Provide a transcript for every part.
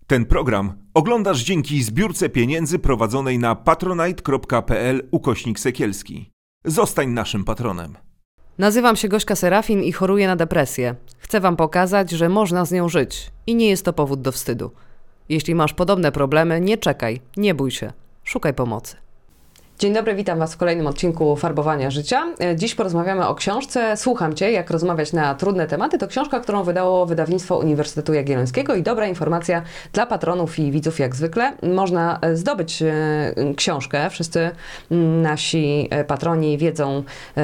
Ten program oglądasz dzięki zbiórce pieniędzy prowadzonej na patronite.pl/Sekielski. Zostań naszym patronem. Nazywam się Gośka Serafin i choruję na depresję. Chcę Wam pokazać, że można z nią żyć i nie jest to powód do wstydu. Jeśli masz podobne problemy, nie czekaj, nie bój się, szukaj pomocy. Dzień dobry, witam Was w kolejnym odcinku Farbowania Życia. Dziś porozmawiamy o książce Słucham Cię, jak rozmawiać na trudne tematy. To książka, którą wydało wydawnictwo Uniwersytetu Jagiellońskiego i dobra informacja dla patronów i widzów jak zwykle. Można zdobyć książkę. Wszyscy nasi patroni wiedzą,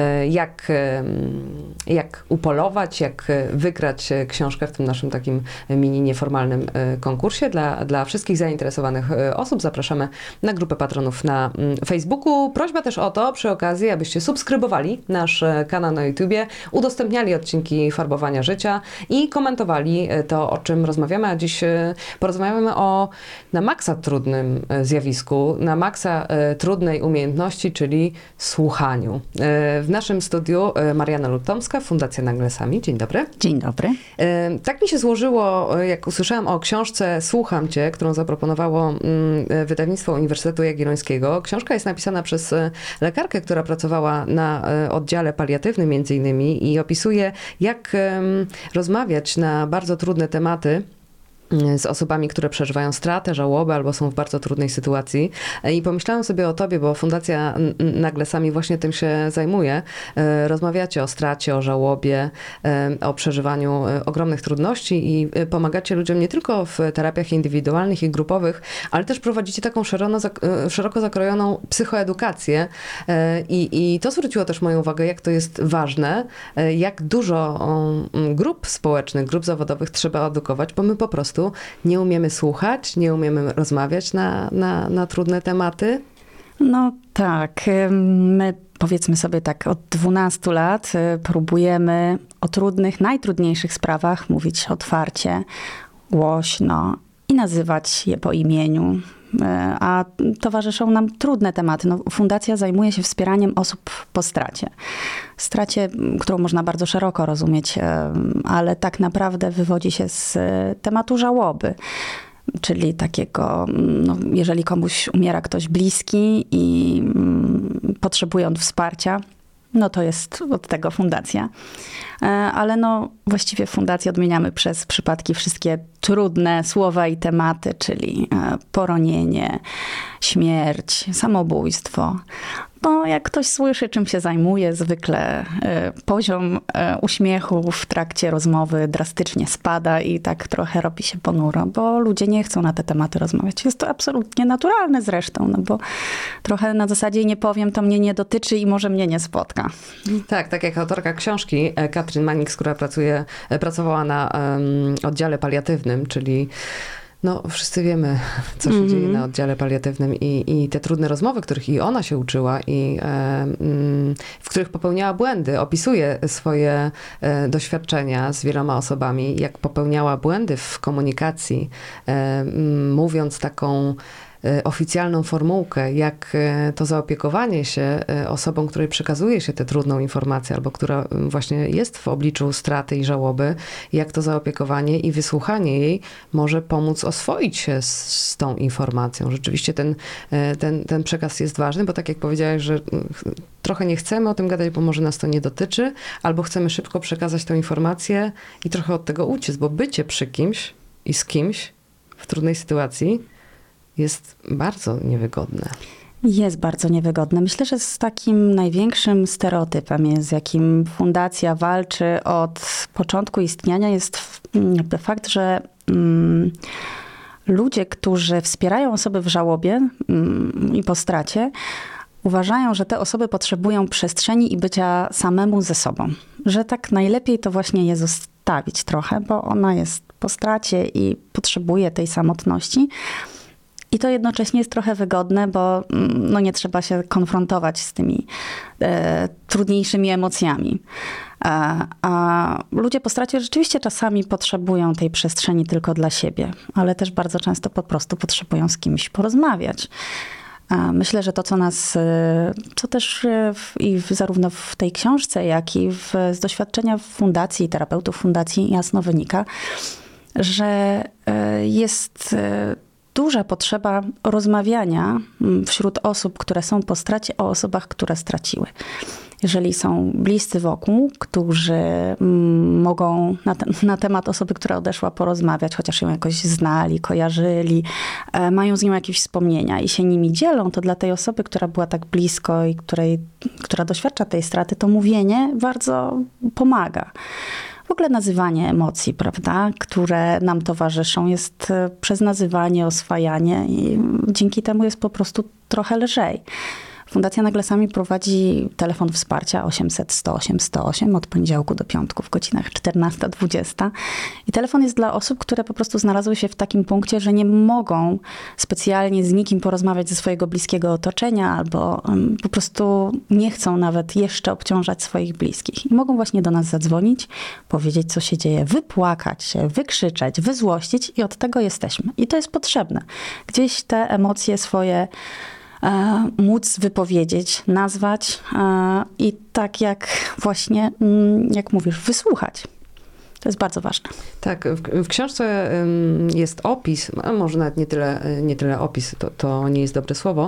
jak upolować, jak wygrać książkę w tym naszym takim mini nieformalnym konkursie. Dla wszystkich zainteresowanych osób zapraszamy na grupę patronów na Facebooku. Prośba też o to przy okazji, abyście subskrybowali nasz kanał na YouTubie, udostępniali odcinki Farbowania Życia i komentowali to, o czym rozmawiamy. A dziś porozmawiamy o na maksa trudnym zjawisku, na maksa trudnej umiejętności, czyli słuchaniu. W naszym studiu Marianna Lutomska, Fundacja Nagle-Sami. Dzień dobry. Dzień dobry. Tak mi się złożyło, jak usłyszałam o książce Słucham Cię, którą zaproponowało wydawnictwo Uniwersytetu Jagiellońskiego. Książka jest napisana przez lekarkę, która pracowała na oddziale paliatywnym między innymi i opisuje, jak rozmawiać na bardzo trudne tematy z osobami, które przeżywają stratę, żałobę albo są w bardzo trudnej sytuacji. I pomyślałam sobie o Tobie, bo Fundacja Nagle-Sami właśnie tym się zajmuje. Rozmawiacie o stracie, o żałobie, o przeżywaniu ogromnych trudności i pomagacie ludziom nie tylko w terapiach indywidualnych i grupowych, ale też prowadzicie taką szeroko zakrojoną psychoedukację. I to zwróciło też moją uwagę, jak to jest ważne, jak dużo grup społecznych, grup zawodowych trzeba edukować, bo my po prostu nie umiemy słuchać, nie umiemy rozmawiać na trudne tematy? No tak, my powiedzmy sobie tak, od 12 lat próbujemy o najtrudniejszych sprawach mówić otwarcie, głośno i nazywać je po imieniu. A towarzyszą nam trudne tematy. No, fundacja zajmuje się wspieraniem osób po stracie. Stracie, którą można bardzo szeroko rozumieć, ale tak naprawdę wywodzi się z tematu żałoby. Czyli takiego, no, jeżeli komuś umiera ktoś bliski i potrzebuje on wsparcia, no to jest od tego fundacja. Ale no właściwie w fundacji odmieniamy przez przypadki wszystkie trudne słowa i tematy, czyli poronienie, śmierć, samobójstwo. No jak ktoś słyszy, czym się zajmuje, zwykle poziom uśmiechu w trakcie rozmowy drastycznie spada i tak trochę robi się ponuro, bo ludzie nie chcą na te tematy rozmawiać. Jest to absolutnie naturalne zresztą, no bo trochę na zasadzie nie powiem, to mnie nie dotyczy i może mnie nie spotka. Tak jak autorka książki Katrin Mannix, która pracowała na oddziale paliatywnym, czyli no, wszyscy wiemy, co się dzieje na oddziale paliatywnym i te trudne rozmowy, których i ona się uczyła i w których popełniała błędy. Opisuje swoje doświadczenia z wieloma osobami, jak popełniała błędy w komunikacji, mówiąc taką oficjalną formułkę, jak to zaopiekowanie się osobą, której przekazuje się tę trudną informację, albo która właśnie jest w obliczu straty i żałoby, jak to zaopiekowanie i wysłuchanie jej może pomóc oswoić się z tą informacją. Rzeczywiście ten przekaz jest ważny, bo tak jak powiedziałeś, że trochę nie chcemy o tym gadać, bo może nas to nie dotyczy, albo chcemy szybko przekazać tę informację i trochę od tego uciec, bo bycie przy kimś i z kimś w trudnej sytuacji jest bardzo niewygodne. Jest bardzo niewygodne. Myślę, że z takim największym stereotypem, z jakim fundacja walczy od początku istnienia, jest jakby fakt, że ludzie, którzy wspierają osoby w żałobie i po stracie, uważają, że te osoby potrzebują przestrzeni i bycia samemu ze sobą. Że tak najlepiej to właśnie je zostawić trochę, bo ona jest po stracie i potrzebuje tej samotności. I to jednocześnie jest trochę wygodne, bo no, nie trzeba się konfrontować z tymi trudniejszymi emocjami. A ludzie po stracie rzeczywiście czasami potrzebują tej przestrzeni tylko dla siebie, ale też bardzo często po prostu potrzebują z kimś porozmawiać. Myślę, że to, co też zarówno w tej książce, jak i z doświadczenia fundacji, terapeutów fundacji jasno wynika, że jest duża potrzeba rozmawiania wśród osób, które są po stracie, o osobach, które straciły. Jeżeli są bliscy wokół, którzy mogą na temat osoby, która odeszła, porozmawiać, chociaż ją jakoś znali, kojarzyli, mają z nią jakieś wspomnienia i się nimi dzielą, to dla tej osoby, która była tak blisko i która doświadcza tej straty, to mówienie bardzo pomaga. W ogóle nazywanie emocji, prawda, które nam towarzyszą, jest przez nazywanie, oswajanie i dzięki temu jest po prostu trochę lżej. Fundacja Naglesami prowadzi telefon wsparcia 800 108 108 od poniedziałku do piątku w godzinach 14-20. I telefon jest dla osób, które po prostu znalazły się w takim punkcie, że nie mogą specjalnie z nikim porozmawiać ze swojego bliskiego otoczenia albo po prostu nie chcą nawet jeszcze obciążać swoich bliskich. I mogą właśnie do nas zadzwonić, powiedzieć, co się dzieje, wypłakać się, wykrzyczeć, wyzłościć i od tego jesteśmy. I to jest potrzebne. Gdzieś te emocje swoje móc wypowiedzieć, nazwać i tak jak właśnie, jak mówisz, wysłuchać. To jest bardzo ważne. Tak, w książce jest opis, a może nawet nie tyle opis, to nie jest dobre słowo,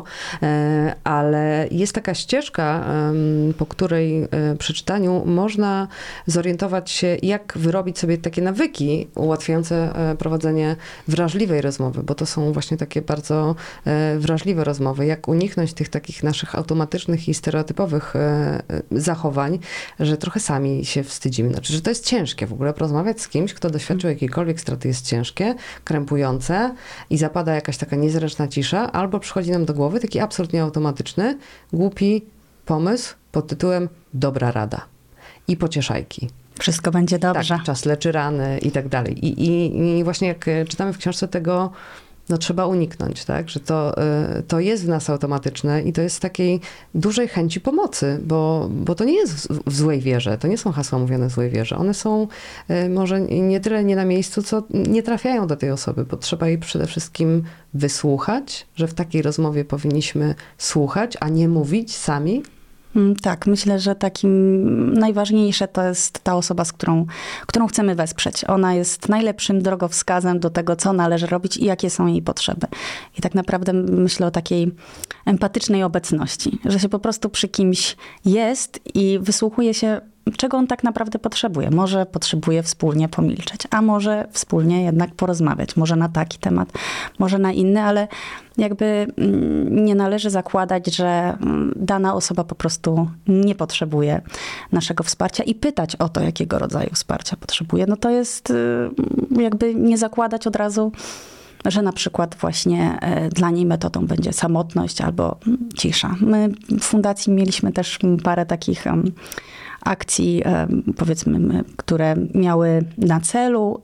ale jest taka ścieżka, po której przy czytaniu można zorientować się, jak wyrobić sobie takie nawyki ułatwiające prowadzenie wrażliwej rozmowy, bo to są właśnie takie bardzo wrażliwe rozmowy, jak uniknąć tych takich naszych automatycznych i stereotypowych zachowań, że trochę sami się wstydzimy. Znaczy, że to jest ciężkie w ogóle rozmawiać z kimś, kto doświadczył jakiejkolwiek straty, jest ciężkie, krępujące i zapada jakaś taka niezręczna cisza, albo przychodzi nam do głowy taki absolutnie automatyczny, głupi pomysł pod tytułem dobra rada i pocieszajki. Wszystko będzie dobrze. Tak, czas leczy rany i tak dalej. I właśnie jak czytamy w książce tego, no trzeba uniknąć, tak? Że to jest w nas automatyczne i to jest z takiej dużej chęci pomocy, bo to nie jest w złej wierze, to nie są hasła mówione w złej wierze. One są może nie tyle nie na miejscu, co nie trafiają do tej osoby, bo trzeba jej przede wszystkim wysłuchać, że w takiej rozmowie powinniśmy słuchać, a nie mówić sami. Tak, myślę, że takim najważniejsze to jest ta osoba, którą chcemy wesprzeć. Ona jest najlepszym drogowskazem do tego, co należy robić i jakie są jej potrzeby. I tak naprawdę myślę o takiej empatycznej obecności, że się po prostu przy kimś jest i wysłuchuje się, czego on tak naprawdę potrzebuje. Może potrzebuje wspólnie pomilczeć, a może wspólnie jednak porozmawiać. Może na taki temat, może na inny, ale jakby nie należy zakładać, że dana osoba po prostu nie potrzebuje naszego wsparcia i pytać o to, jakiego rodzaju wsparcia potrzebuje. No to jest jakby nie zakładać od razu, że na przykład właśnie dla niej metodą będzie samotność albo cisza. My w fundacji mieliśmy też parę takich akcji, powiedzmy, które miały na celu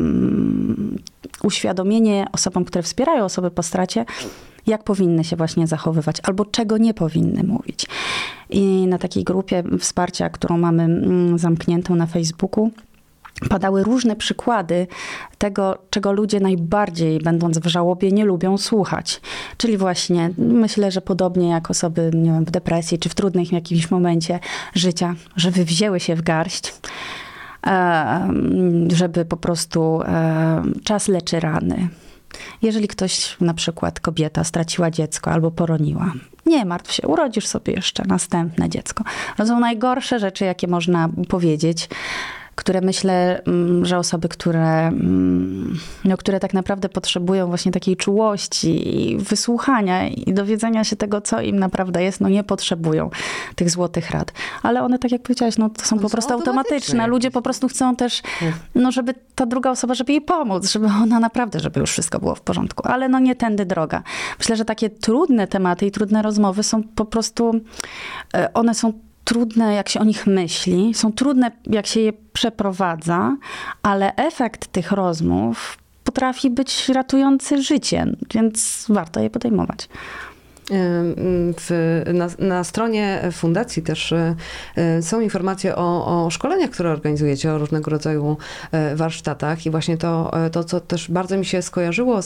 uświadomienie osobom, które wspierają osoby po stracie, jak powinny się właśnie zachowywać, albo czego nie powinny mówić. I na takiej grupie wsparcia, którą mamy zamkniętą na Facebooku, padały różne przykłady tego, czego ludzie najbardziej, będąc w żałobie, nie lubią słuchać. Czyli właśnie, myślę, że podobnie jak osoby, nie wiem, w depresji, czy w trudnym jakimś momencie życia, żeby wzięły się w garść, żeby po prostu czas leczy rany. Jeżeli ktoś, na przykład kobieta, straciła dziecko albo poroniła, nie martw się, urodzisz sobie jeszcze następne dziecko. To są najgorsze rzeczy, jakie można powiedzieć, które myślę, że osoby, które tak naprawdę potrzebują właśnie takiej czułości i wysłuchania i dowiedzenia się tego, co im naprawdę jest, no nie potrzebują tych złotych rad. Ale one, tak jak powiedziałaś, no to są po prostu automatyczne. Ludzie po prostu chcą też, no żeby ta druga osoba, żeby jej pomóc, żeby ona naprawdę, żeby już wszystko było w porządku. Ale no nie tędy droga. Myślę, że takie trudne tematy i trudne rozmowy są po prostu, one są trudne, jak się o nich myśli, są trudne, jak się je przeprowadza, ale efekt tych rozmów potrafi być ratujący życie, więc warto je podejmować. Na stronie fundacji też są informacje o szkoleniach, które organizujecie, o różnego rodzaju warsztatach i właśnie to, co też bardzo mi się skojarzyło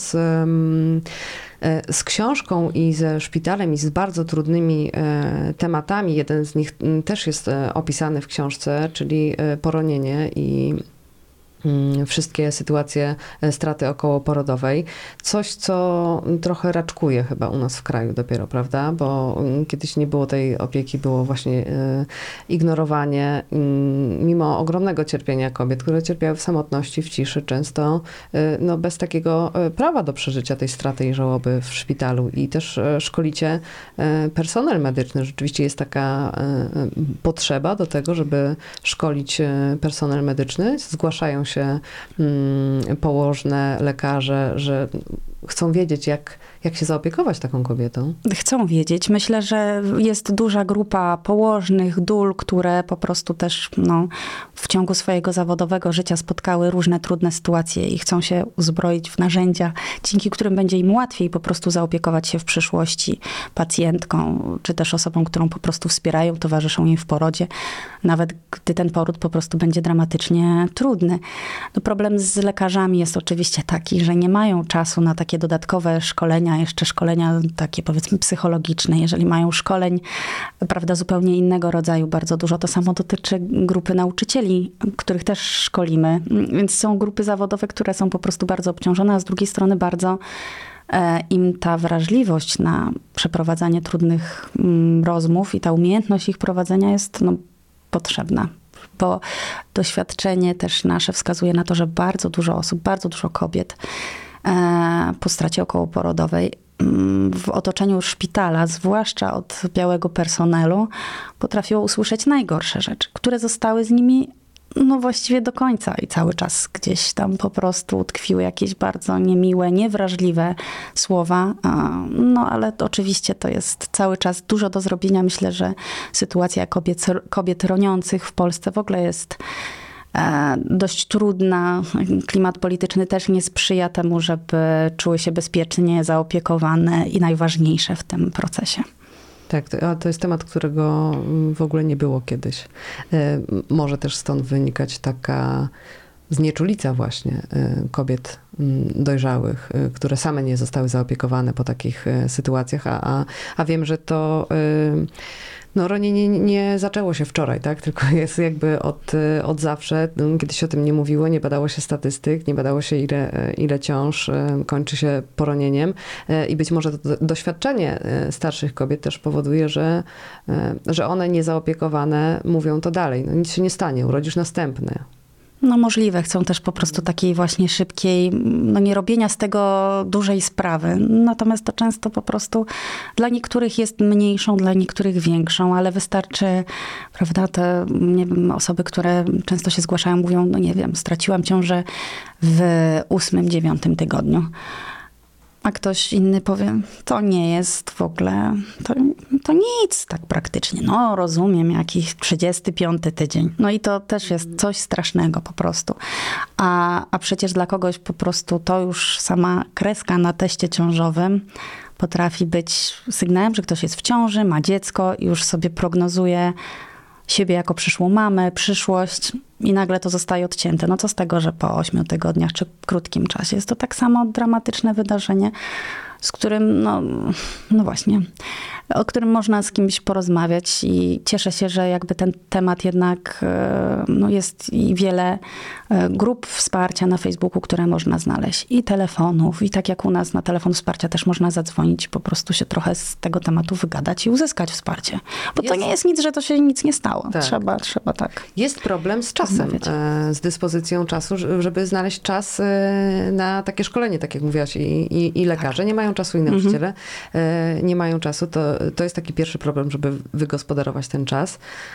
z książką i ze szpitalem i z bardzo trudnymi tematami. Jeden z nich też jest opisany w książce, czyli poronienie i wszystkie sytuacje straty okołoporodowej. Coś, co trochę raczkuje chyba u nas w kraju dopiero, prawda? Bo kiedyś nie było tej opieki, było właśnie ignorowanie, mimo ogromnego cierpienia kobiet, które cierpiały w samotności, w ciszy, często no, bez takiego prawa do przeżycia tej straty i żałoby w szpitalu. I też szkolicie personel medyczny. Rzeczywiście jest taka potrzeba do tego, żeby szkolić personel medyczny. Zgłaszają się położne, lekarze, że chcą wiedzieć, jak się zaopiekować taką kobietą. Chcą wiedzieć. Myślę, że jest duża grupa położnych, dól, które po prostu też w ciągu swojego zawodowego życia spotkały różne trudne sytuacje i chcą się uzbroić w narzędzia, dzięki którym będzie im łatwiej po prostu zaopiekować się w przyszłości pacjentką, czy też osobą, którą po prostu wspierają, towarzyszą im w porodzie, nawet gdy ten poród po prostu będzie dramatycznie trudny. No, problem z lekarzami jest oczywiście taki, że nie mają czasu na takie dodatkowe szkolenia, jeszcze szkolenia takie powiedzmy psychologiczne. Jeżeli mają szkoleń, prawda, zupełnie innego rodzaju, bardzo dużo. To samo dotyczy grupy nauczycieli, których też szkolimy. Więc są grupy zawodowe, które są po prostu bardzo obciążone, a z drugiej strony bardzo im ta wrażliwość na przeprowadzanie trudnych rozmów i ta umiejętność ich prowadzenia jest potrzebna. Bo doświadczenie też nasze wskazuje na to, że bardzo dużo osób, bardzo dużo kobiet po stracie okołoporodowej w otoczeniu szpitala, zwłaszcza od białego personelu, potrafiło usłyszeć najgorsze rzeczy, które zostały z nimi właściwie do końca i cały czas gdzieś tam po prostu tkwiły jakieś bardzo niemiłe, niewrażliwe słowa. Ale oczywiście to jest cały czas dużo do zrobienia. Myślę, że sytuacja kobiet roniących w Polsce w ogóle jest dość trudna. Klimat polityczny też nie sprzyja temu, żeby czuły się bezpiecznie zaopiekowane i najważniejsze w tym procesie. Tak, to jest temat, którego w ogóle nie było kiedyś. Może też stąd wynikać taka znieczulica właśnie kobiet dojrzałych, które same nie zostały zaopiekowane po takich sytuacjach, a wiem, że to ronienie nie zaczęło się wczoraj, tak? Tylko jest jakby od zawsze. Kiedyś się o tym nie mówiło, nie badało się statystyk, nie badało się ile ciąż kończy się poronieniem i być może to doświadczenie starszych kobiet też powoduje, że one niezaopiekowane mówią to dalej. Nic się nie stanie, urodzisz następny. Możliwe. Chcą też po prostu takiej właśnie szybkiej, nie robienia z tego dużej sprawy. Natomiast to często po prostu dla niektórych jest mniejszą, dla niektórych większą, ale wystarczy, prawda, te osoby, które często się zgłaszają, mówią, straciłam ciążę w 8-9 tygodniu. A ktoś inny powie, to nie jest w ogóle, to nic tak praktycznie. Rozumiem, jakiś 35 tydzień. I to też jest coś strasznego po prostu. A przecież dla kogoś po prostu to już sama kreska na teście ciążowym potrafi być sygnałem, że ktoś jest w ciąży, ma dziecko i już sobie prognozuje siebie jako przyszłą mamę, przyszłość i nagle to zostaje odcięte. Co z tego, że po 8 tygodniach czy krótkim czasie. Jest to tak samo dramatyczne wydarzenie, z którym, właśnie, o którym można z kimś porozmawiać i cieszę się, że jakby ten temat jednak, jest i wiele grup wsparcia na Facebooku, które można znaleźć i telefonów i tak jak u nas na telefon wsparcia też można zadzwonić, po prostu się trochę z tego tematu wygadać i uzyskać wsparcie. Bo to nie jest nic, że to się nic nie stało. Tak. Trzeba tak. Jest problem z czasem, z dyspozycją czasu, żeby znaleźć czas na takie szkolenie, tak jak mówiłaś, i lekarze nie mają czasu i nauczyciele nie mają czasu. To jest taki pierwszy problem, żeby wygospodarować ten czas.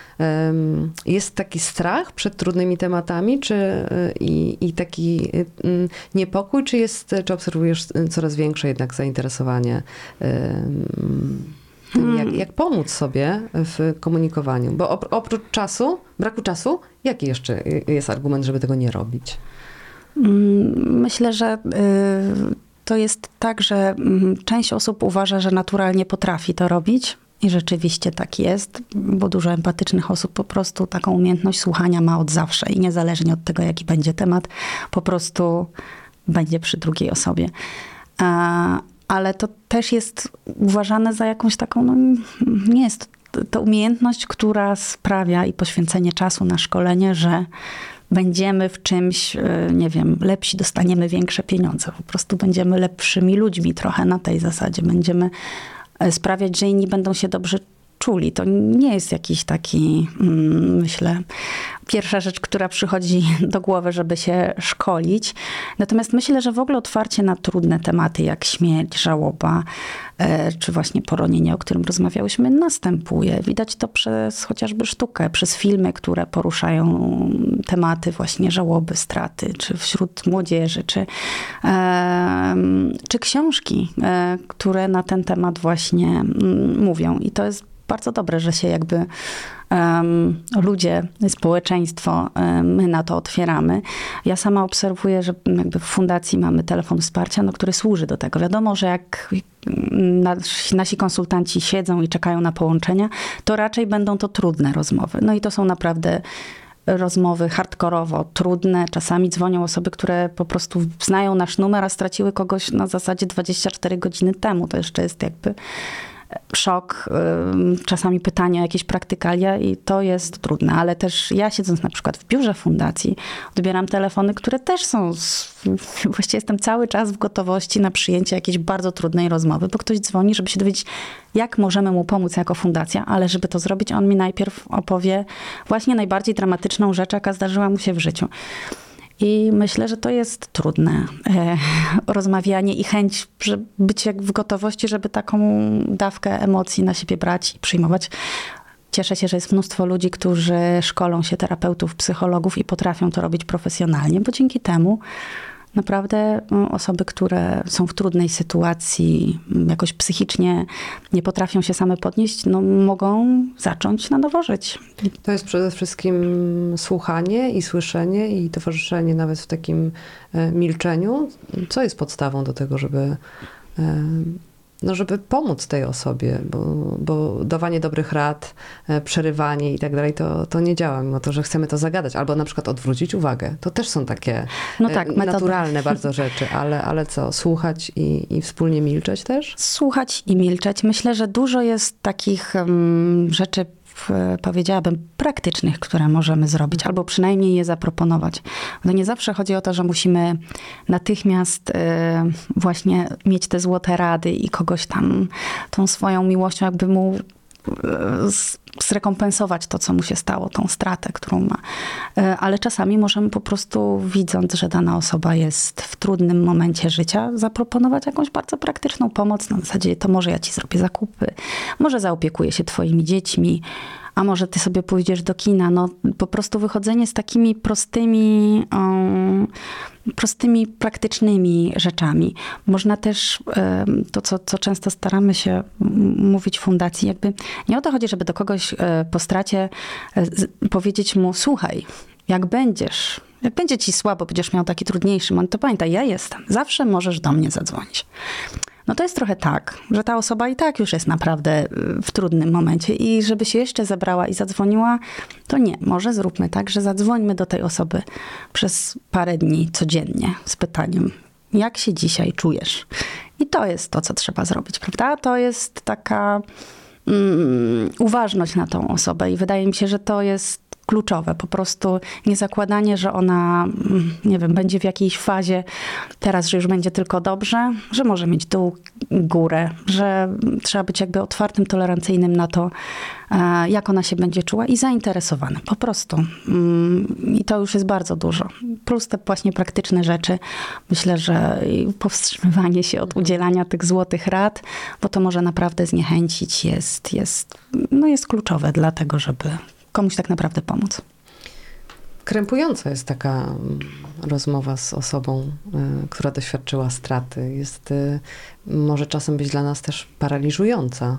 Jest taki strach przed trudnymi tematami, i taki niepokój, czy obserwujesz coraz większe jednak zainteresowanie tym, jak pomóc sobie w komunikowaniu? Bo oprócz braku czasu, jaki jeszcze jest argument, żeby tego nie robić? Myślę, że to jest tak, że część osób uważa, że naturalnie potrafi to robić. I rzeczywiście tak jest, bo dużo empatycznych osób po prostu taką umiejętność słuchania ma od zawsze i niezależnie od tego, jaki będzie temat, po prostu będzie przy drugiej osobie. Ale to też jest uważane za jakąś taką, nie jest to umiejętność, która sprawia i poświęcenie czasu na szkolenie, że będziemy w czymś, nie wiem, lepsi, dostaniemy większe pieniądze. Po prostu będziemy lepszymi ludźmi trochę na tej zasadzie. Będziemy sprawiać, że inni będą się dobrze czuli. To nie jest jakiś taki, myślę, pierwsza rzecz, która przychodzi do głowy, żeby się szkolić. Natomiast myślę, że w ogóle otwarcie na trudne tematy, jak śmierć, żałoba, czy właśnie poronienie, o którym rozmawiałyśmy, następuje. Widać to przez chociażby sztukę, przez filmy, które poruszają tematy właśnie żałoby, straty, czy wśród młodzieży, czy książki, które na ten temat właśnie mówią. I to jest bardzo dobre, że się jakby ludzie, społeczeństwo, my na to otwieramy. Ja sama obserwuję, że jakby w fundacji mamy telefon wsparcia, który służy do tego. Wiadomo, że jak nasi konsultanci siedzą i czekają na połączenia, to raczej będą to trudne rozmowy. No i to są naprawdę rozmowy hardkorowo trudne. Czasami dzwonią osoby, które po prostu znają nasz numer, a straciły kogoś na zasadzie 24 godziny temu. To jeszcze jest jakby szok, czasami pytania, jakieś praktykalia i to jest trudne, ale też ja siedząc na przykład w biurze fundacji, odbieram telefony, które też są, właściwie jestem cały czas w gotowości na przyjęcie jakiejś bardzo trudnej rozmowy, bo ktoś dzwoni, żeby się dowiedzieć, jak możemy mu pomóc jako fundacja, ale żeby to zrobić, on mi najpierw opowie właśnie najbardziej dramatyczną rzecz, jaka zdarzyła mu się w życiu. I myślę, że to jest trudne rozmawianie i chęć być jak w gotowości, żeby taką dawkę emocji na siebie brać i przyjmować. Cieszę się, że jest mnóstwo ludzi, którzy szkolą się terapeutów, psychologów i potrafią to robić profesjonalnie, bo dzięki temu naprawdę osoby, które są w trudnej sytuacji, jakoś psychicznie nie potrafią się same podnieść, no mogą zacząć na nowo żyć. To jest przede wszystkim słuchanie i słyszenie i towarzyszenie nawet w takim milczeniu. Co jest podstawą do tego, żeby pomóc tej osobie, bo dawanie dobrych rad, przerywanie i tak dalej, to nie działa, mimo to, że chcemy to zagadać. Albo na przykład odwrócić uwagę. To też są takie naturalne bardzo rzeczy, ale co? Słuchać i wspólnie milczeć też? Słuchać i milczeć. Myślę, że dużo jest takich rzeczy, powiedziałabym, praktycznych, które możemy zrobić, albo przynajmniej je zaproponować. No nie zawsze chodzi o to, że musimy natychmiast właśnie mieć te złote rady i kogoś tam tą swoją miłością jakby mu zrekompensować to, co mu się stało, tą stratę, którą ma. Ale czasami możemy po prostu, widząc, że dana osoba jest w trudnym momencie życia, zaproponować jakąś bardzo praktyczną pomoc. Na zasadzie, to może ja ci zrobię zakupy, może zaopiekuję się twoimi dziećmi, a może ty sobie pójdziesz do kina. No po prostu wychodzenie z takimi prostymi, praktycznymi rzeczami. Można też to, co często staramy się mówić w fundacji, jakby nie o to chodzi, żeby do kogoś po stracie powiedzieć mu, słuchaj, jak będzie ci słabo, będziesz miał taki trudniejszy moment, to pamiętaj, ja jestem. Zawsze możesz do mnie zadzwonić. No to jest trochę tak, że ta osoba i tak już jest naprawdę w trudnym momencie i żeby się jeszcze zebrała i zadzwoniła, to nie. Może zróbmy tak, że zadzwońmy do tej osoby przez parę dni codziennie z pytaniem, jak się dzisiaj czujesz? I to jest to, co trzeba zrobić, prawda? To jest taka uważność na tą osobę i wydaje mi się, że to jest kluczowe. Po prostu nie zakładanie, że ona, nie wiem, będzie w jakiejś fazie teraz, że już będzie tylko dobrze, że może mieć dół, górę, że trzeba być jakby otwartym, tolerancyjnym na to, jak ona się będzie czuła i zainteresowanym. Po prostu. I to już jest bardzo dużo. Plus te właśnie praktyczne rzeczy. Myślę, że powstrzymywanie się od udzielania tych złotych rad, bo to może naprawdę zniechęcić, jest kluczowe dla tego, żeby komuś tak naprawdę pomóc. Krępująca jest taka rozmowa z osobą, która doświadczyła straty. Może czasem być dla nas też paraliżująca.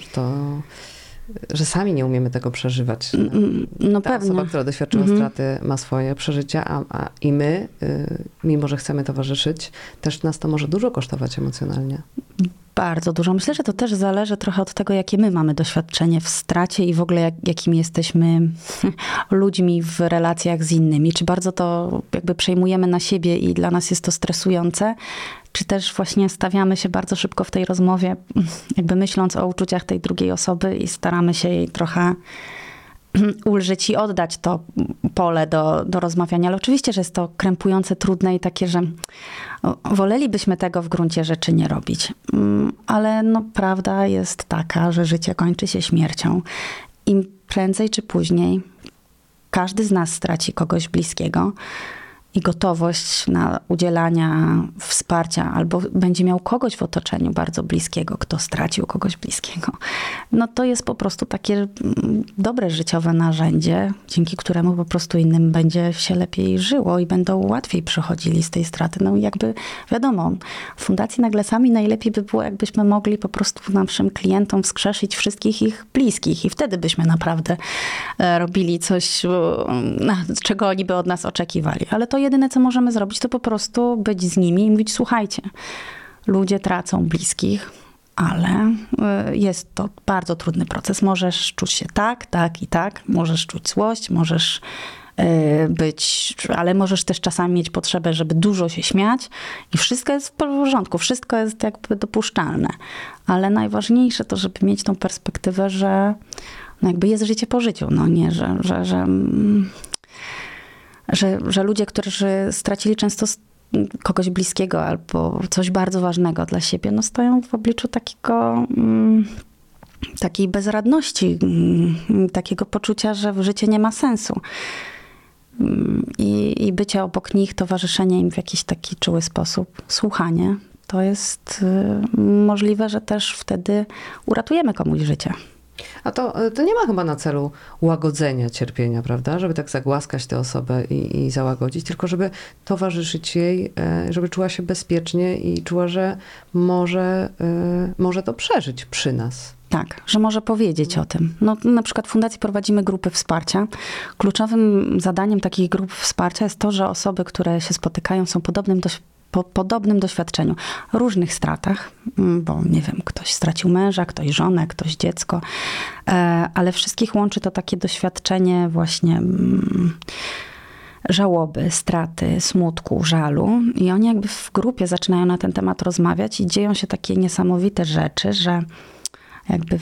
Że sami nie umiemy tego przeżywać. No Ta pewnie. osoba, która doświadczyła straty, ma swoje przeżycia, i my, mimo że chcemy towarzyszyć, też nas to może dużo kosztować emocjonalnie. Bardzo dużo. Myślę, że to też zależy trochę od tego, jakie my mamy doświadczenie w stracie i w ogóle jakimi jesteśmy ludźmi w relacjach z innymi. Czy bardzo to jakby przejmujemy na siebie i dla nas jest to stresujące, czy też właśnie stawiamy się bardzo szybko w tej rozmowie, jakby myśląc o uczuciach tej drugiej osoby i staramy się jej trochę ulżyć i oddać to pole do rozmawiania. Ale oczywiście, że jest to krępujące, trudne i takie, że wolelibyśmy tego w gruncie rzeczy nie robić. Ale no, prawda jest taka, że życie kończy się śmiercią. I prędzej czy później każdy z nas straci kogoś bliskiego i gotowość na udzielania wsparcia, albo będzie miał kogoś w otoczeniu bardzo bliskiego, kto stracił kogoś bliskiego. No to jest po prostu takie dobre życiowe narzędzie, dzięki któremu po prostu innym będzie się lepiej żyło i będą łatwiej przechodzili z tej straty. No jakby wiadomo, w Fundacji Naglesami najlepiej by było, jakbyśmy mogli po prostu naszym klientom wskrzeszyć wszystkich ich bliskich i wtedy byśmy naprawdę robili coś, czego oni by od nas oczekiwali. Ale to jedyne, co możemy zrobić, to po prostu być z nimi i mówić, słuchajcie, ludzie tracą bliskich, ale jest to bardzo trudny proces. Możesz czuć się tak, tak i tak. Możesz czuć złość, możesz ale możesz też czasami mieć potrzebę, żeby dużo się śmiać i wszystko jest w porządku, wszystko jest jakby dopuszczalne. Ale najważniejsze to, żeby mieć tą perspektywę, że no jakby jest życie po życiu, no nie, że ludzie, którzy stracili często kogoś bliskiego albo coś bardzo ważnego dla siebie, no stoją w obliczu takiej bezradności, takiego poczucia, że życie nie ma sensu. I bycie obok nich, towarzyszenie im w jakiś taki czuły sposób, słuchanie, to jest możliwe, że też wtedy uratujemy komuś życie. A to nie ma chyba na celu łagodzenia cierpienia, prawda? Żeby tak zagłaskać tę osobę i załagodzić, tylko żeby towarzyszyć jej, żeby czuła się bezpiecznie i czuła, że może to przeżyć przy nas. Tak, że może powiedzieć o tym. No, na przykład w Fundacji prowadzimy grupy wsparcia. Kluczowym zadaniem takich grup wsparcia jest to, że osoby, które się spotykają, są po podobnym doświadczeniu, różnych stratach, bo nie wiem, ktoś stracił męża, ktoś żonę, ktoś dziecko, ale wszystkich łączy to takie doświadczenie właśnie żałoby, straty, smutku, żalu. I oni jakby w grupie zaczynają na ten temat rozmawiać i dzieją się takie niesamowite rzeczy, że jakby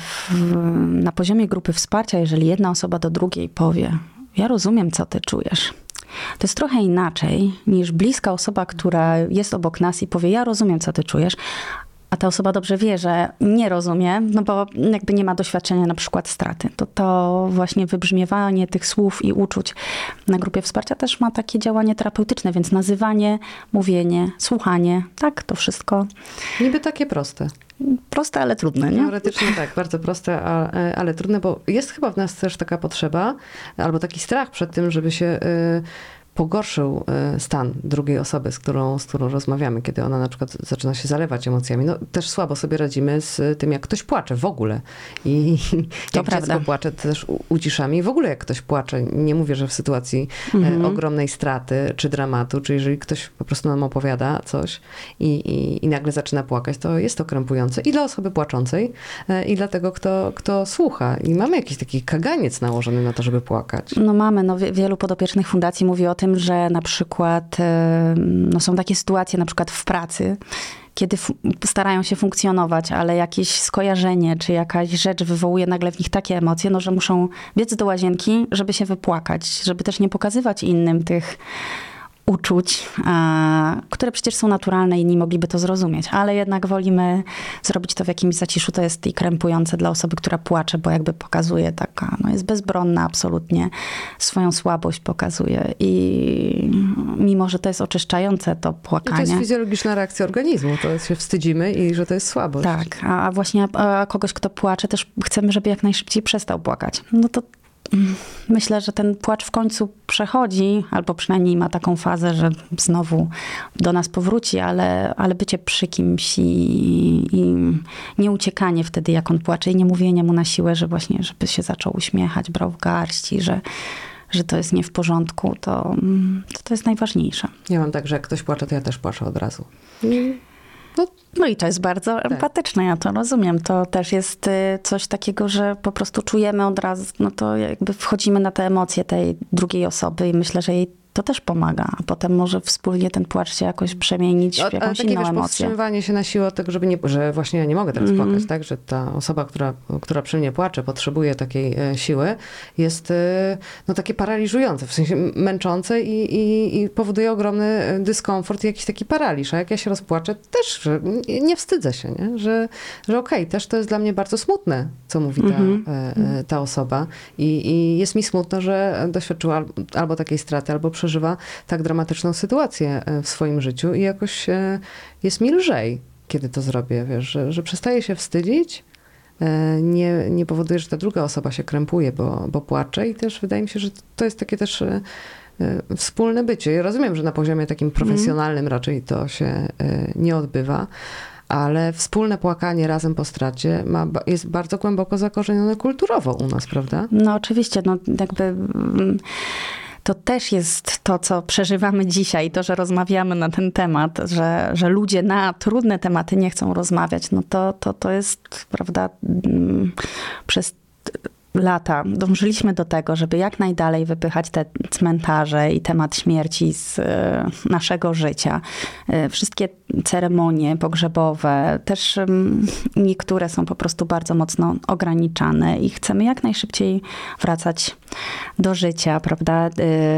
na poziomie grupy wsparcia, jeżeli jedna osoba do drugiej powie, ja rozumiem, co ty czujesz. To jest trochę inaczej niż bliska osoba, która jest obok nas i powie, ja rozumiem, co ty czujesz, a ta osoba dobrze wie, że nie rozumie, no bo jakby nie ma doświadczenia na przykład straty. To właśnie wybrzmiewanie tych słów i uczuć na grupie wsparcia też ma takie działanie terapeutyczne, więc nazywanie, mówienie, słuchanie, tak, to wszystko. Niby takie proste. Proste, ale trudne, nie? Teoretycznie tak, bardzo proste, ale trudne, bo jest chyba w nas też taka potrzeba, albo taki strach przed tym, żeby się pogorszył stan drugiej osoby, z którą rozmawiamy, kiedy ona na przykład zaczyna się zalewać emocjami. No też słabo sobie radzimy z tym, jak ktoś płacze w ogóle. I to jak prawda. dziecko płacze, to też uciszamy. I w ogóle jak ktoś płacze, nie mówię, że w sytuacji ogromnej straty czy dramatu, czy jeżeli ktoś po prostu nam opowiada coś i nagle zaczyna płakać, to jest to krępujące i dla osoby płaczącej, i dla tego, kto słucha. I mamy jakiś taki kaganiec nałożony na to, żeby płakać. No mamy, wielu podopiecznych fundacji mówi o tym, że na przykład są takie sytuacje na przykład w pracy, kiedy starają się funkcjonować, ale jakieś skojarzenie czy jakaś rzecz wywołuje nagle w nich takie emocje, no, że muszą biec do łazienki, żeby się wypłakać, żeby też nie pokazywać innym tych uczuć, które przecież są naturalne i nie mogliby to zrozumieć, ale jednak wolimy zrobić to w jakimś zaciszu. To jest i krępujące dla osoby, która płacze, bo jakby pokazuje taka, no jest bezbronna absolutnie, swoją słabość pokazuje i mimo, że to jest oczyszczające to płakanie. I to jest fizjologiczna reakcja organizmu, to się wstydzimy i że to jest słabość. Tak, a właśnie kogoś, kto płacze, też chcemy, żeby jak najszybciej przestał płakać. No to myślę, że ten płacz w końcu przechodzi, albo przynajmniej ma taką fazę, że znowu do nas powróci, ale bycie przy kimś i nie uciekanie wtedy, jak on płacze i nie mówienie mu na siłę, że właśnie, żeby się zaczął uśmiechać, brał w garści, że to jest nie w porządku, to jest najważniejsze. Ja mam tak, że jak ktoś płacze, to ja też płaczę od razu. No i to jest bardzo empatyczne, ja to rozumiem. To też jest coś takiego, że po prostu czujemy od razu, no to jakby wchodzimy na te emocje tej drugiej osoby i myślę, że jej To też pomaga. A potem może wspólnie ten płacz się jakoś przemienić w jakąś inną emocję. Powstrzymywanie się na siłę od tego, żeby nie, że właśnie ja nie mogę teraz płakać, tak? Że ta osoba, która przy mnie płacze, potrzebuje takiej siły, jest no takie paraliżujące, w sensie męczące i powoduje ogromny dyskomfort i jakiś taki paraliż. A jak ja się rozpłaczę, też że nie wstydzę się, nie? Że okej, też to jest dla mnie bardzo smutne, co mówi ta osoba. I jest mi smutno, że doświadczyła albo takiej straty, albo przeżywa tak dramatyczną sytuację w swoim życiu i jakoś jest mi lżej, kiedy to zrobię, wiesz, że przestaję się wstydzić, nie powoduje, że ta druga osoba się krępuje, bo płacze i też wydaje mi się, że to jest takie też wspólne bycie. Ja rozumiem, że na poziomie takim profesjonalnym raczej to się nie odbywa, ale wspólne płakanie razem po stracie jest bardzo głęboko zakorzenione kulturowo u nas, prawda? No oczywiście, no jakby to też jest to, co przeżywamy dzisiaj, to, że rozmawiamy na ten temat, że ludzie na trudne tematy nie chcą rozmawiać, no to jest, prawda, przez lata dążyliśmy do tego, żeby jak najdalej wypychać te cmentarze i temat śmierci z naszego życia. Wszystkie ceremonie pogrzebowe, też niektóre są po prostu bardzo mocno ograniczane i chcemy jak najszybciej wracać do życia, prawda?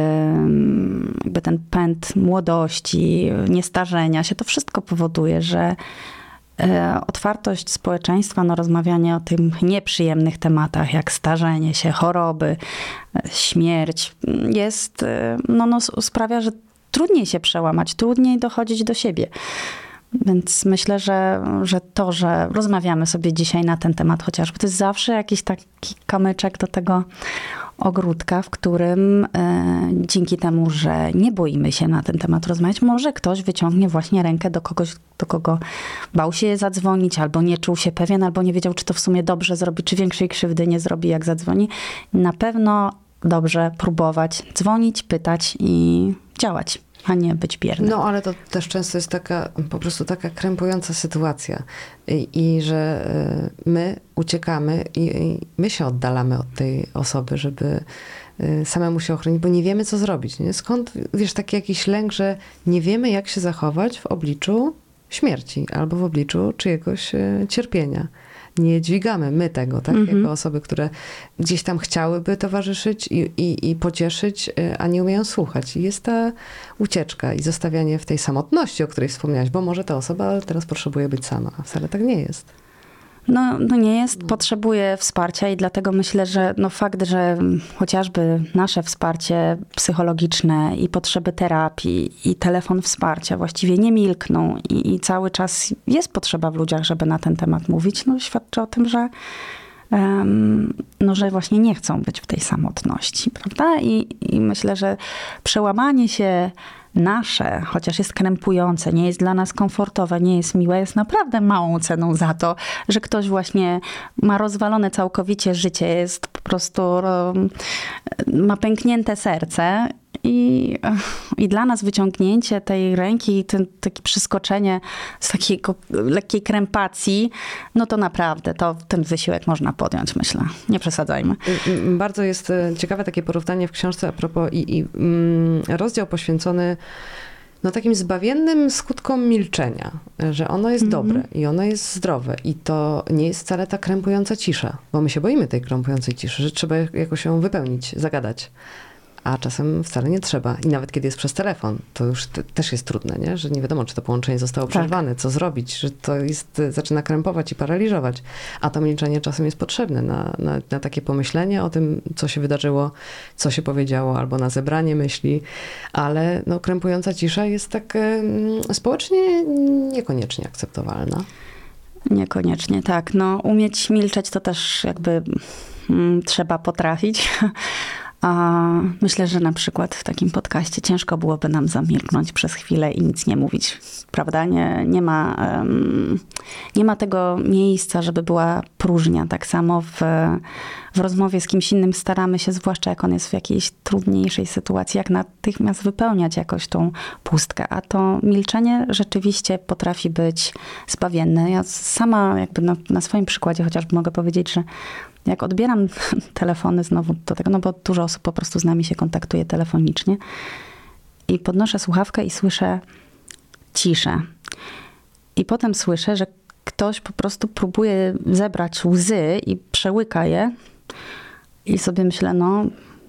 Jakby ten pęd młodości, niestarzenia się, to wszystko powoduje, że otwartość społeczeństwa na rozmawianie o tych nieprzyjemnych tematach, jak starzenie się, choroby, śmierć, sprawia, że trudniej się przełamać, trudniej dochodzić do siebie. Więc myślę, że to, że rozmawiamy sobie dzisiaj na ten temat chociażby, to jest zawsze jakiś taki kamyczek do tego ogródka, w którym dzięki temu, że nie boimy się na ten temat rozmawiać, może ktoś wyciągnie właśnie rękę do kogoś, do kogo bał się zadzwonić, albo nie czuł się pewien, albo nie wiedział, czy to w sumie dobrze zrobi, czy większej krzywdy nie zrobi, jak zadzwoni. Na pewno dobrze próbować dzwonić, pytać i działać, a nie być biernym. No, ale to też często jest po prostu taka krępująca sytuacja i że my uciekamy i my się oddalamy od tej osoby, żeby samemu się ochronić, bo nie wiemy, co zrobić. Nie? Skąd, wiesz, taki jakiś lęk, że nie wiemy, jak się zachować w obliczu śmierci albo w obliczu czyjegoś cierpienia. Nie dźwigamy my tego, tak? Jako osoby, które gdzieś tam chciałyby towarzyszyć i pocieszyć, a nie umieją słuchać. I jest ta ucieczka i zostawianie w tej samotności, o której wspomniałaś, bo może ta osoba teraz potrzebuje być sama, a wcale tak nie jest. No nie jest, potrzebuje wsparcia i dlatego myślę, że fakt, że chociażby nasze wsparcie psychologiczne i potrzeby terapii i telefon wsparcia właściwie nie milkną i cały czas jest potrzeba w ludziach, żeby na ten temat mówić, świadczy o tym, że właśnie nie chcą być w tej samotności, prawda? I myślę, że przełamanie się nasze, chociaż jest krępujące, nie jest dla nas komfortowe, nie jest miłe, jest naprawdę małą ceną za to, że ktoś właśnie ma rozwalone całkowicie życie, jest po prostu, ma pęknięte serce i dla nas wyciągnięcie tej ręki, takie przyskoczenie z takiej lekkiej krępacji, to naprawdę, ten wysiłek można podjąć, myślę. Nie przesadzajmy. Bardzo jest ciekawe takie porównanie w książce a propos rozdział poświęcony takim zbawiennym skutkom milczenia, że ono jest dobre i ono jest zdrowe i to nie jest wcale ta krępująca cisza, bo my się boimy tej krępującej ciszy, że trzeba jakoś ją wypełnić, zagadać. A czasem wcale nie trzeba. I nawet kiedy jest przez telefon, to już też jest trudne, nie? Że nie wiadomo, czy to połączenie zostało przerwane, co zrobić, że to zaczyna krępować i paraliżować. A to milczenie czasem jest potrzebne na takie pomyślenie o tym, co się wydarzyło, co się powiedziało, albo na zebranie myśli. Ale krępująca cisza jest tak społecznie niekoniecznie akceptowalna. Niekoniecznie, tak. Umieć milczeć to też jakby trzeba potrafić. A myślę, że na przykład w takim podcaście ciężko byłoby nam zamilknąć przez chwilę i nic nie mówić, prawda? Nie ma tego miejsca, żeby była próżnia. Tak samo w rozmowie z kimś innym staramy się, zwłaszcza jak on jest w jakiejś trudniejszej sytuacji, jak natychmiast wypełniać jakoś tą pustkę. A to milczenie rzeczywiście potrafi być zbawienne. Ja sama jakby na swoim przykładzie chociażby mogę powiedzieć, że jak odbieram telefony znowu do tego, bo dużo osób po prostu z nami się kontaktuje telefonicznie i podnoszę słuchawkę i słyszę ciszę. I potem słyszę, że ktoś po prostu próbuje zebrać łzy i przełyka je. I sobie myślę, no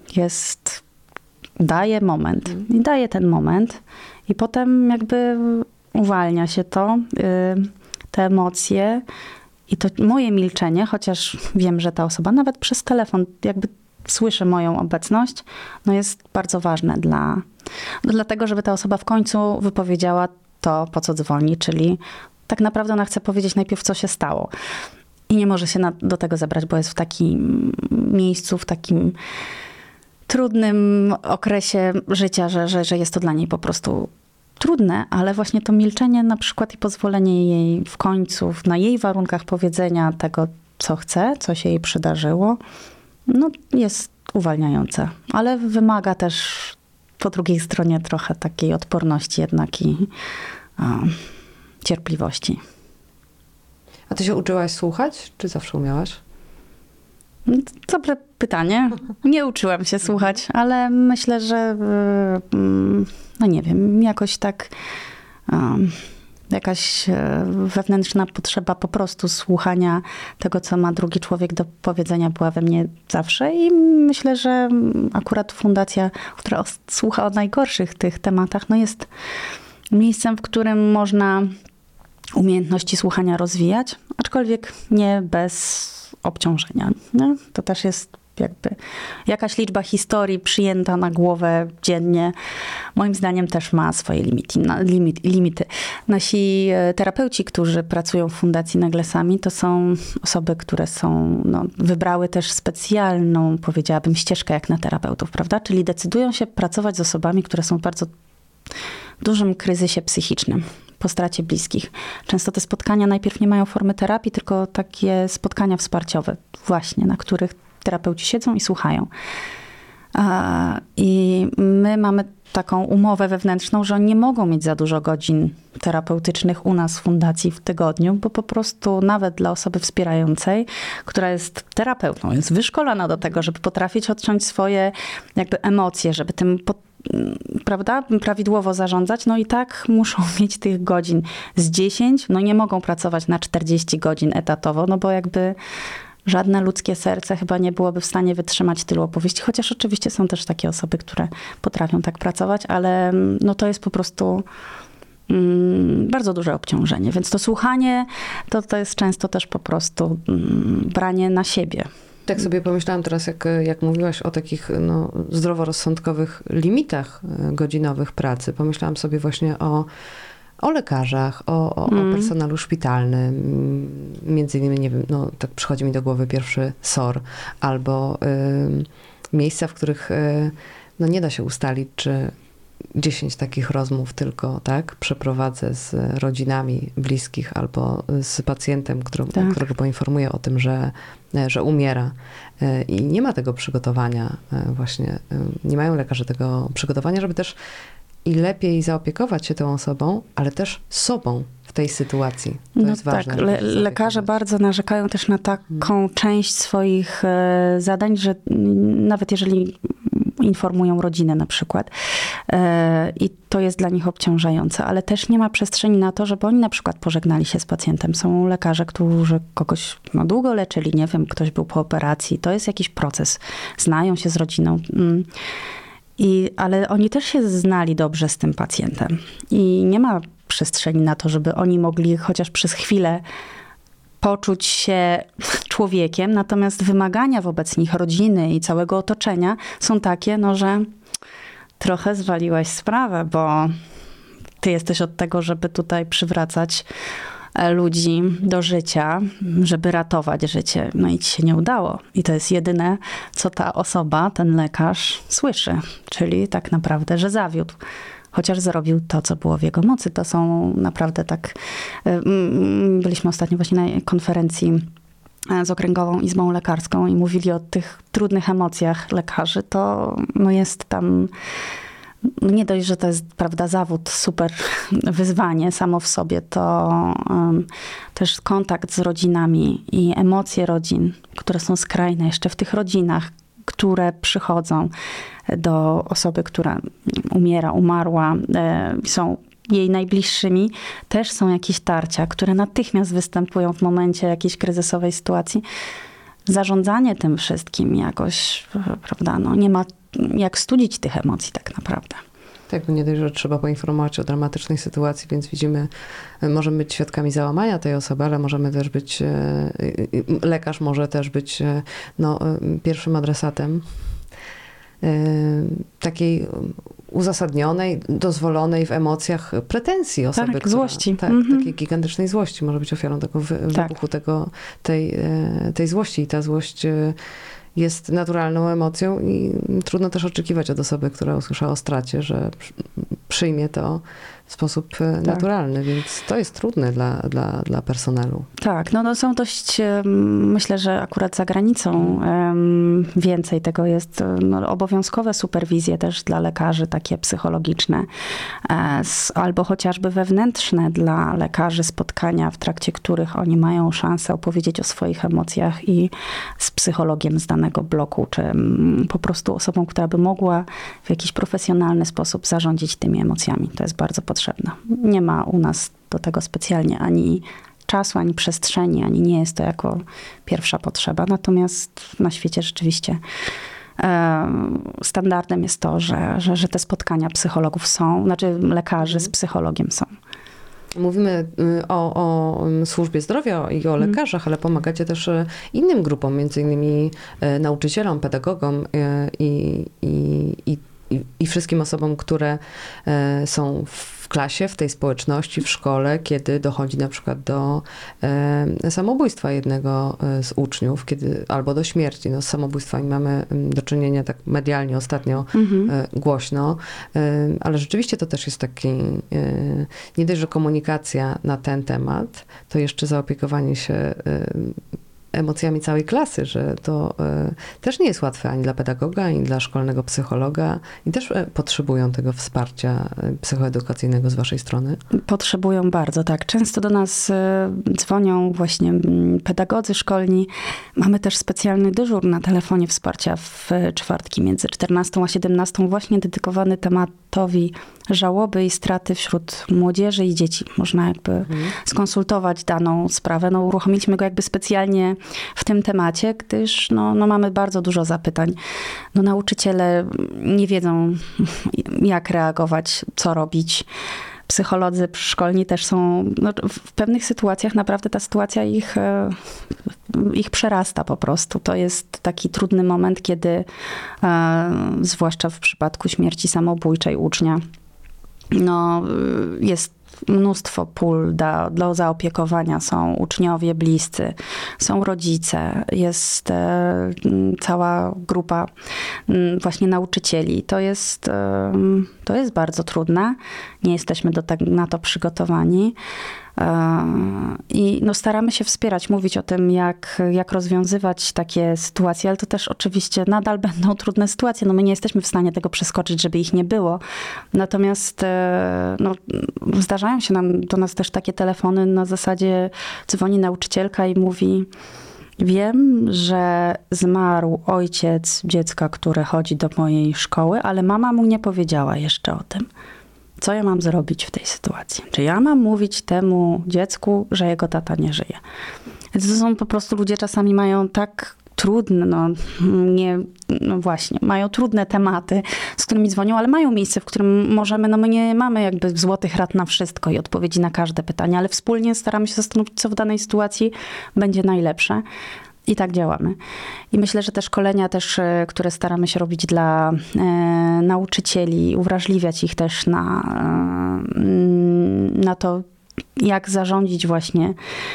daje moment. I daje ten moment. I potem jakby uwalnia się to, te emocje. I to moje milczenie, chociaż wiem, że ta osoba nawet przez telefon jakby słyszy moją obecność, no jest bardzo ważne dlatego, żeby ta osoba w końcu wypowiedziała to, po co dzwoni, czyli tak naprawdę ona chce powiedzieć najpierw, co się stało. I nie może się do tego zebrać, bo jest w takim miejscu, w takim trudnym okresie życia, że jest to dla niej po prostu trudne, ale właśnie to milczenie na przykład i pozwolenie jej w końcu na jej warunkach powiedzenia tego, co chce, co się jej przydarzyło, no jest uwalniające. Ale wymaga też po drugiej stronie trochę takiej odporności jednak i cierpliwości. A ty się uczyłaś słuchać, czy zawsze umiałaś? Dobre pytanie. Nie uczyłam się słuchać, ale myślę, że no nie wiem, jakoś tak jakaś wewnętrzna potrzeba po prostu słuchania tego, co ma drugi człowiek do powiedzenia, była we mnie zawsze i myślę, że akurat fundacja, która słucha o najgorszych tych tematach, no jest miejscem, w którym można umiejętności słuchania rozwijać, aczkolwiek nie bez obciążenia. No, to też jest jakby jakaś liczba historii przyjęta na głowę dziennie. Moim zdaniem też ma swoje limity. Nasi terapeuci, którzy pracują w Fundacji Naglesami, to są osoby, które wybrały też specjalną, powiedziałabym, ścieżkę jak na terapeutów, prawda? Czyli decydują się pracować z osobami, które są w bardzo dużym kryzysie psychicznym po stracie bliskich. Często te spotkania najpierw nie mają formy terapii, tylko takie spotkania wsparciowe właśnie, na których terapeuci siedzą i słuchają. I my mamy taką umowę wewnętrzną, że oni nie mogą mieć za dużo godzin terapeutycznych u nas w fundacji w tygodniu, bo po prostu nawet dla osoby wspierającej, która jest terapeutą, jest wyszkolona do tego, żeby potrafić odciąć swoje jakby emocje, żeby tym prawda, prawidłowo zarządzać, no i tak muszą mieć tych godzin z 10, no nie mogą pracować na 40 godzin etatowo, no bo jakby żadne ludzkie serce chyba nie byłoby w stanie wytrzymać tylu opowieści, chociaż oczywiście są też takie osoby, które potrafią tak pracować, ale no to jest po prostu bardzo duże obciążenie, więc to słuchanie to jest często też po prostu branie na siebie. Tak sobie pomyślałam teraz, jak mówiłaś o takich zdroworozsądkowych limitach godzinowych pracy. Pomyślałam sobie właśnie o lekarzach, o personelu szpitalnym. Między innymi, nie wiem, tak przychodzi mi do głowy pierwszy SOR, albo miejsca, w których nie da się ustalić, czy 10 takich rozmów tylko, tak, przeprowadzę z rodzinami bliskich albo z pacjentem, którego poinformuję o tym, że umiera. I nie ma tego przygotowania właśnie, nie mają lekarze tego przygotowania, żeby też i lepiej zaopiekować się tą osobą, ale też sobą w tej sytuacji. To jest ważne. Tak, lekarze bardzo narzekają też na taką część swoich zadań, że nawet jeżeli informują rodzinę na przykład i to jest dla nich obciążające, ale też nie ma przestrzeni na to, żeby oni na przykład pożegnali się z pacjentem. Są lekarze, którzy kogoś długo leczyli, nie wiem, ktoś był po operacji. To jest jakiś proces. Znają się z rodziną. Ale oni też się znali dobrze z tym pacjentem. I nie ma przestrzeni na to, żeby oni mogli chociaż przez chwilę poczuć się człowiekiem, natomiast wymagania wobec nich, rodziny i całego otoczenia są takie, że trochę zwaliłaś sprawę, bo ty jesteś od tego, żeby tutaj przywracać ludzi do życia, żeby ratować życie. No i ci się nie udało. I to jest jedyne, co ta osoba, ten lekarz słyszy. Czyli tak naprawdę, że zawiódł. Chociaż zrobił to, co było w jego mocy. To są naprawdę tak... Byliśmy ostatnio właśnie na konferencji z Okręgową Izbą Lekarską i mówili o tych trudnych emocjach lekarzy. To jest tam... Nie dość, że to jest, prawda, zawód, super wyzwanie samo w sobie, to też kontakt z rodzinami i emocje rodzin, które są skrajne jeszcze w tych rodzinach, które przychodzą do osoby, która umarła, są jej najbliższymi, też są jakieś tarcia, które natychmiast występują w momencie jakiejś kryzysowej sytuacji. Zarządzanie tym wszystkim jakoś, prawda, no nie ma jak studzić tych emocji tak naprawdę. Tak, bo nie dość, że trzeba poinformować o dramatycznej sytuacji, więc widzimy, możemy być świadkami załamania tej osoby, ale możemy też być, lekarz może też być pierwszym adresatem takiej uzasadnionej, dozwolonej w emocjach pretensji osoby, tak, złości. Takiej gigantycznej złości. Może być ofiarą tego wybuchu tej złości. I ta złość jest naturalną emocją i trudno też oczekiwać od osoby, która usłyszała o stracie, że przyjmie to w sposób naturalny, więc to jest trudne dla personelu. Tak, no są dość, myślę, że akurat za granicą więcej tego jest, obowiązkowe superwizje też dla lekarzy, takie psychologiczne, albo chociażby wewnętrzne dla lekarzy spotkania, w trakcie których oni mają szansę opowiedzieć o swoich emocjach i z psychologiem z danego bloku, czy po prostu osobą, która by mogła w jakiś profesjonalny sposób zarządzić tymi emocjami. To jest bardzo potrzebne. Nie ma u nas do tego specjalnie ani czasu, ani przestrzeni, ani nie jest to jako pierwsza potrzeba. Natomiast na świecie rzeczywiście standardem jest to, że te spotkania psychologów są, znaczy lekarzy z psychologiem są. Mówimy o służbie zdrowia i o lekarzach, ale pomagacie też innym grupom, między innymi nauczycielom, pedagogom i wszystkim osobom, które są w klasie, w tej społeczności, w szkole, kiedy dochodzi na przykład do samobójstwa jednego z uczniów, albo do śmierci. No, z samobójstwami mamy do czynienia tak medialnie ostatnio głośno, ale rzeczywiście to też jest taki, nie dość, że komunikacja na ten temat, to jeszcze zaopiekowanie się emocjami całej klasy, że to też nie jest łatwe ani dla pedagoga, ani dla szkolnego psychologa i też potrzebują tego wsparcia psychoedukacyjnego z waszej strony. Potrzebują bardzo, tak. Często do nas dzwonią właśnie pedagodzy szkolni. Mamy też specjalny dyżur na telefonie wsparcia w czwartki między 14 a 17, właśnie dedykowany tematowi żałoby i straty wśród młodzieży i dzieci. Można jakby skonsultować daną sprawę. No, uruchomiliśmy go jakby specjalnie w tym temacie, gdyż mamy bardzo dużo zapytań. No, nauczyciele nie wiedzą, jak reagować, co robić. Psycholodzy szkolni też są, w pewnych sytuacjach naprawdę ta sytuacja ich przerasta po prostu. To jest taki trudny moment, kiedy zwłaszcza w przypadku śmierci samobójczej ucznia, jest mnóstwo pól do zaopiekowania. Są uczniowie bliscy, są rodzice, jest cała grupa właśnie nauczycieli. To jest bardzo trudne. Nie jesteśmy na to przygotowani. I staramy się wspierać, mówić o tym, jak rozwiązywać takie sytuacje, ale to też oczywiście nadal będą trudne sytuacje. My nie jesteśmy w stanie tego przeskoczyć, żeby ich nie było. Natomiast zdarzają się do nas też takie telefony na zasadzie dzwoni nauczycielka i mówi: wiem, że zmarł ojciec dziecka, które chodzi do mojej szkoły, ale mama mu nie powiedziała jeszcze o tym. Co ja mam zrobić w tej sytuacji? Czy ja mam mówić temu dziecku, że jego tata nie żyje? Więc to są po prostu ludzie czasami mają tak trudne, mają trudne tematy, z którymi dzwonią, ale mają miejsce, w którym możemy, my nie mamy jakby złotych rad na wszystko i odpowiedzi na każde pytanie, ale wspólnie staramy się zastanowić, co w danej sytuacji będzie najlepsze. I tak działamy. I myślę, że te szkolenia też, które staramy się robić dla nauczycieli, uwrażliwiać ich też na to, jak zarządzić właśnie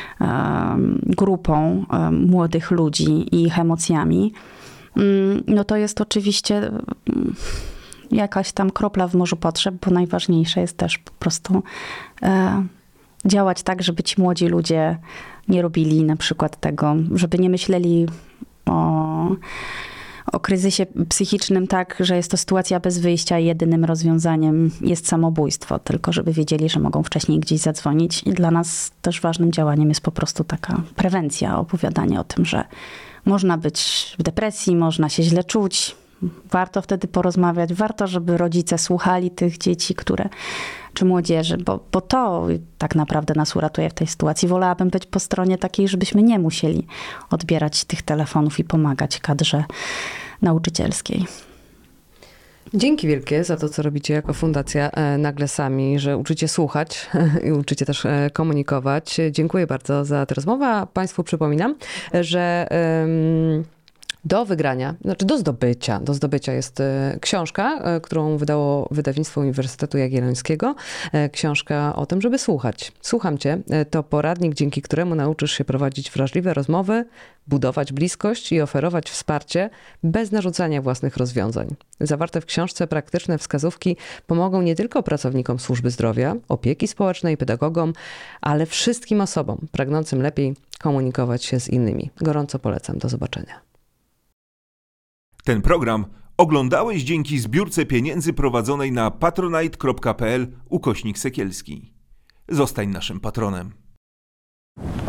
grupą młodych ludzi i ich emocjami, to jest oczywiście jakaś tam kropla w morzu potrzeb, bo najważniejsze jest też po prostu działać tak, żeby ci młodzi ludzie nie robili na przykład tego, żeby nie myśleli o kryzysie psychicznym tak, że jest to sytuacja bez wyjścia i jedynym rozwiązaniem jest samobójstwo, tylko żeby wiedzieli, że mogą wcześniej gdzieś zadzwonić. I dla nas też ważnym działaniem jest po prostu taka prewencja, opowiadanie o tym, że Można być w depresji, można się źle czuć. Warto wtedy porozmawiać, warto, żeby rodzice słuchali tych dzieci, czy młodzieży, bo to tak naprawdę nas uratuje w tej sytuacji. Wolałabym być po stronie takiej, żebyśmy nie musieli odbierać tych telefonów i pomagać kadrze nauczycielskiej. Dzięki wielkie za to, co robicie jako Fundacja Nagle Sami, że uczycie słuchać i uczycie też komunikować. Dziękuję bardzo za tę rozmowę. A Państwu przypominam, że do wygrania, znaczy do zdobycia jest książka, którą wydało wydawnictwo Uniwersytetu Jagiellońskiego. Książka o tym, żeby słuchać. Słucham Cię to poradnik, dzięki któremu nauczysz się prowadzić wrażliwe rozmowy, budować bliskość i oferować wsparcie bez narzucania własnych rozwiązań. Zawarte w książce praktyczne wskazówki pomogą nie tylko pracownikom służby zdrowia, opieki społecznej, pedagogom, ale wszystkim osobom pragnącym lepiej komunikować się z innymi. Gorąco polecam. Do zobaczenia. Ten program oglądałeś dzięki zbiórce pieniędzy prowadzonej na patronite.pl/Sekielski. Zostań naszym patronem.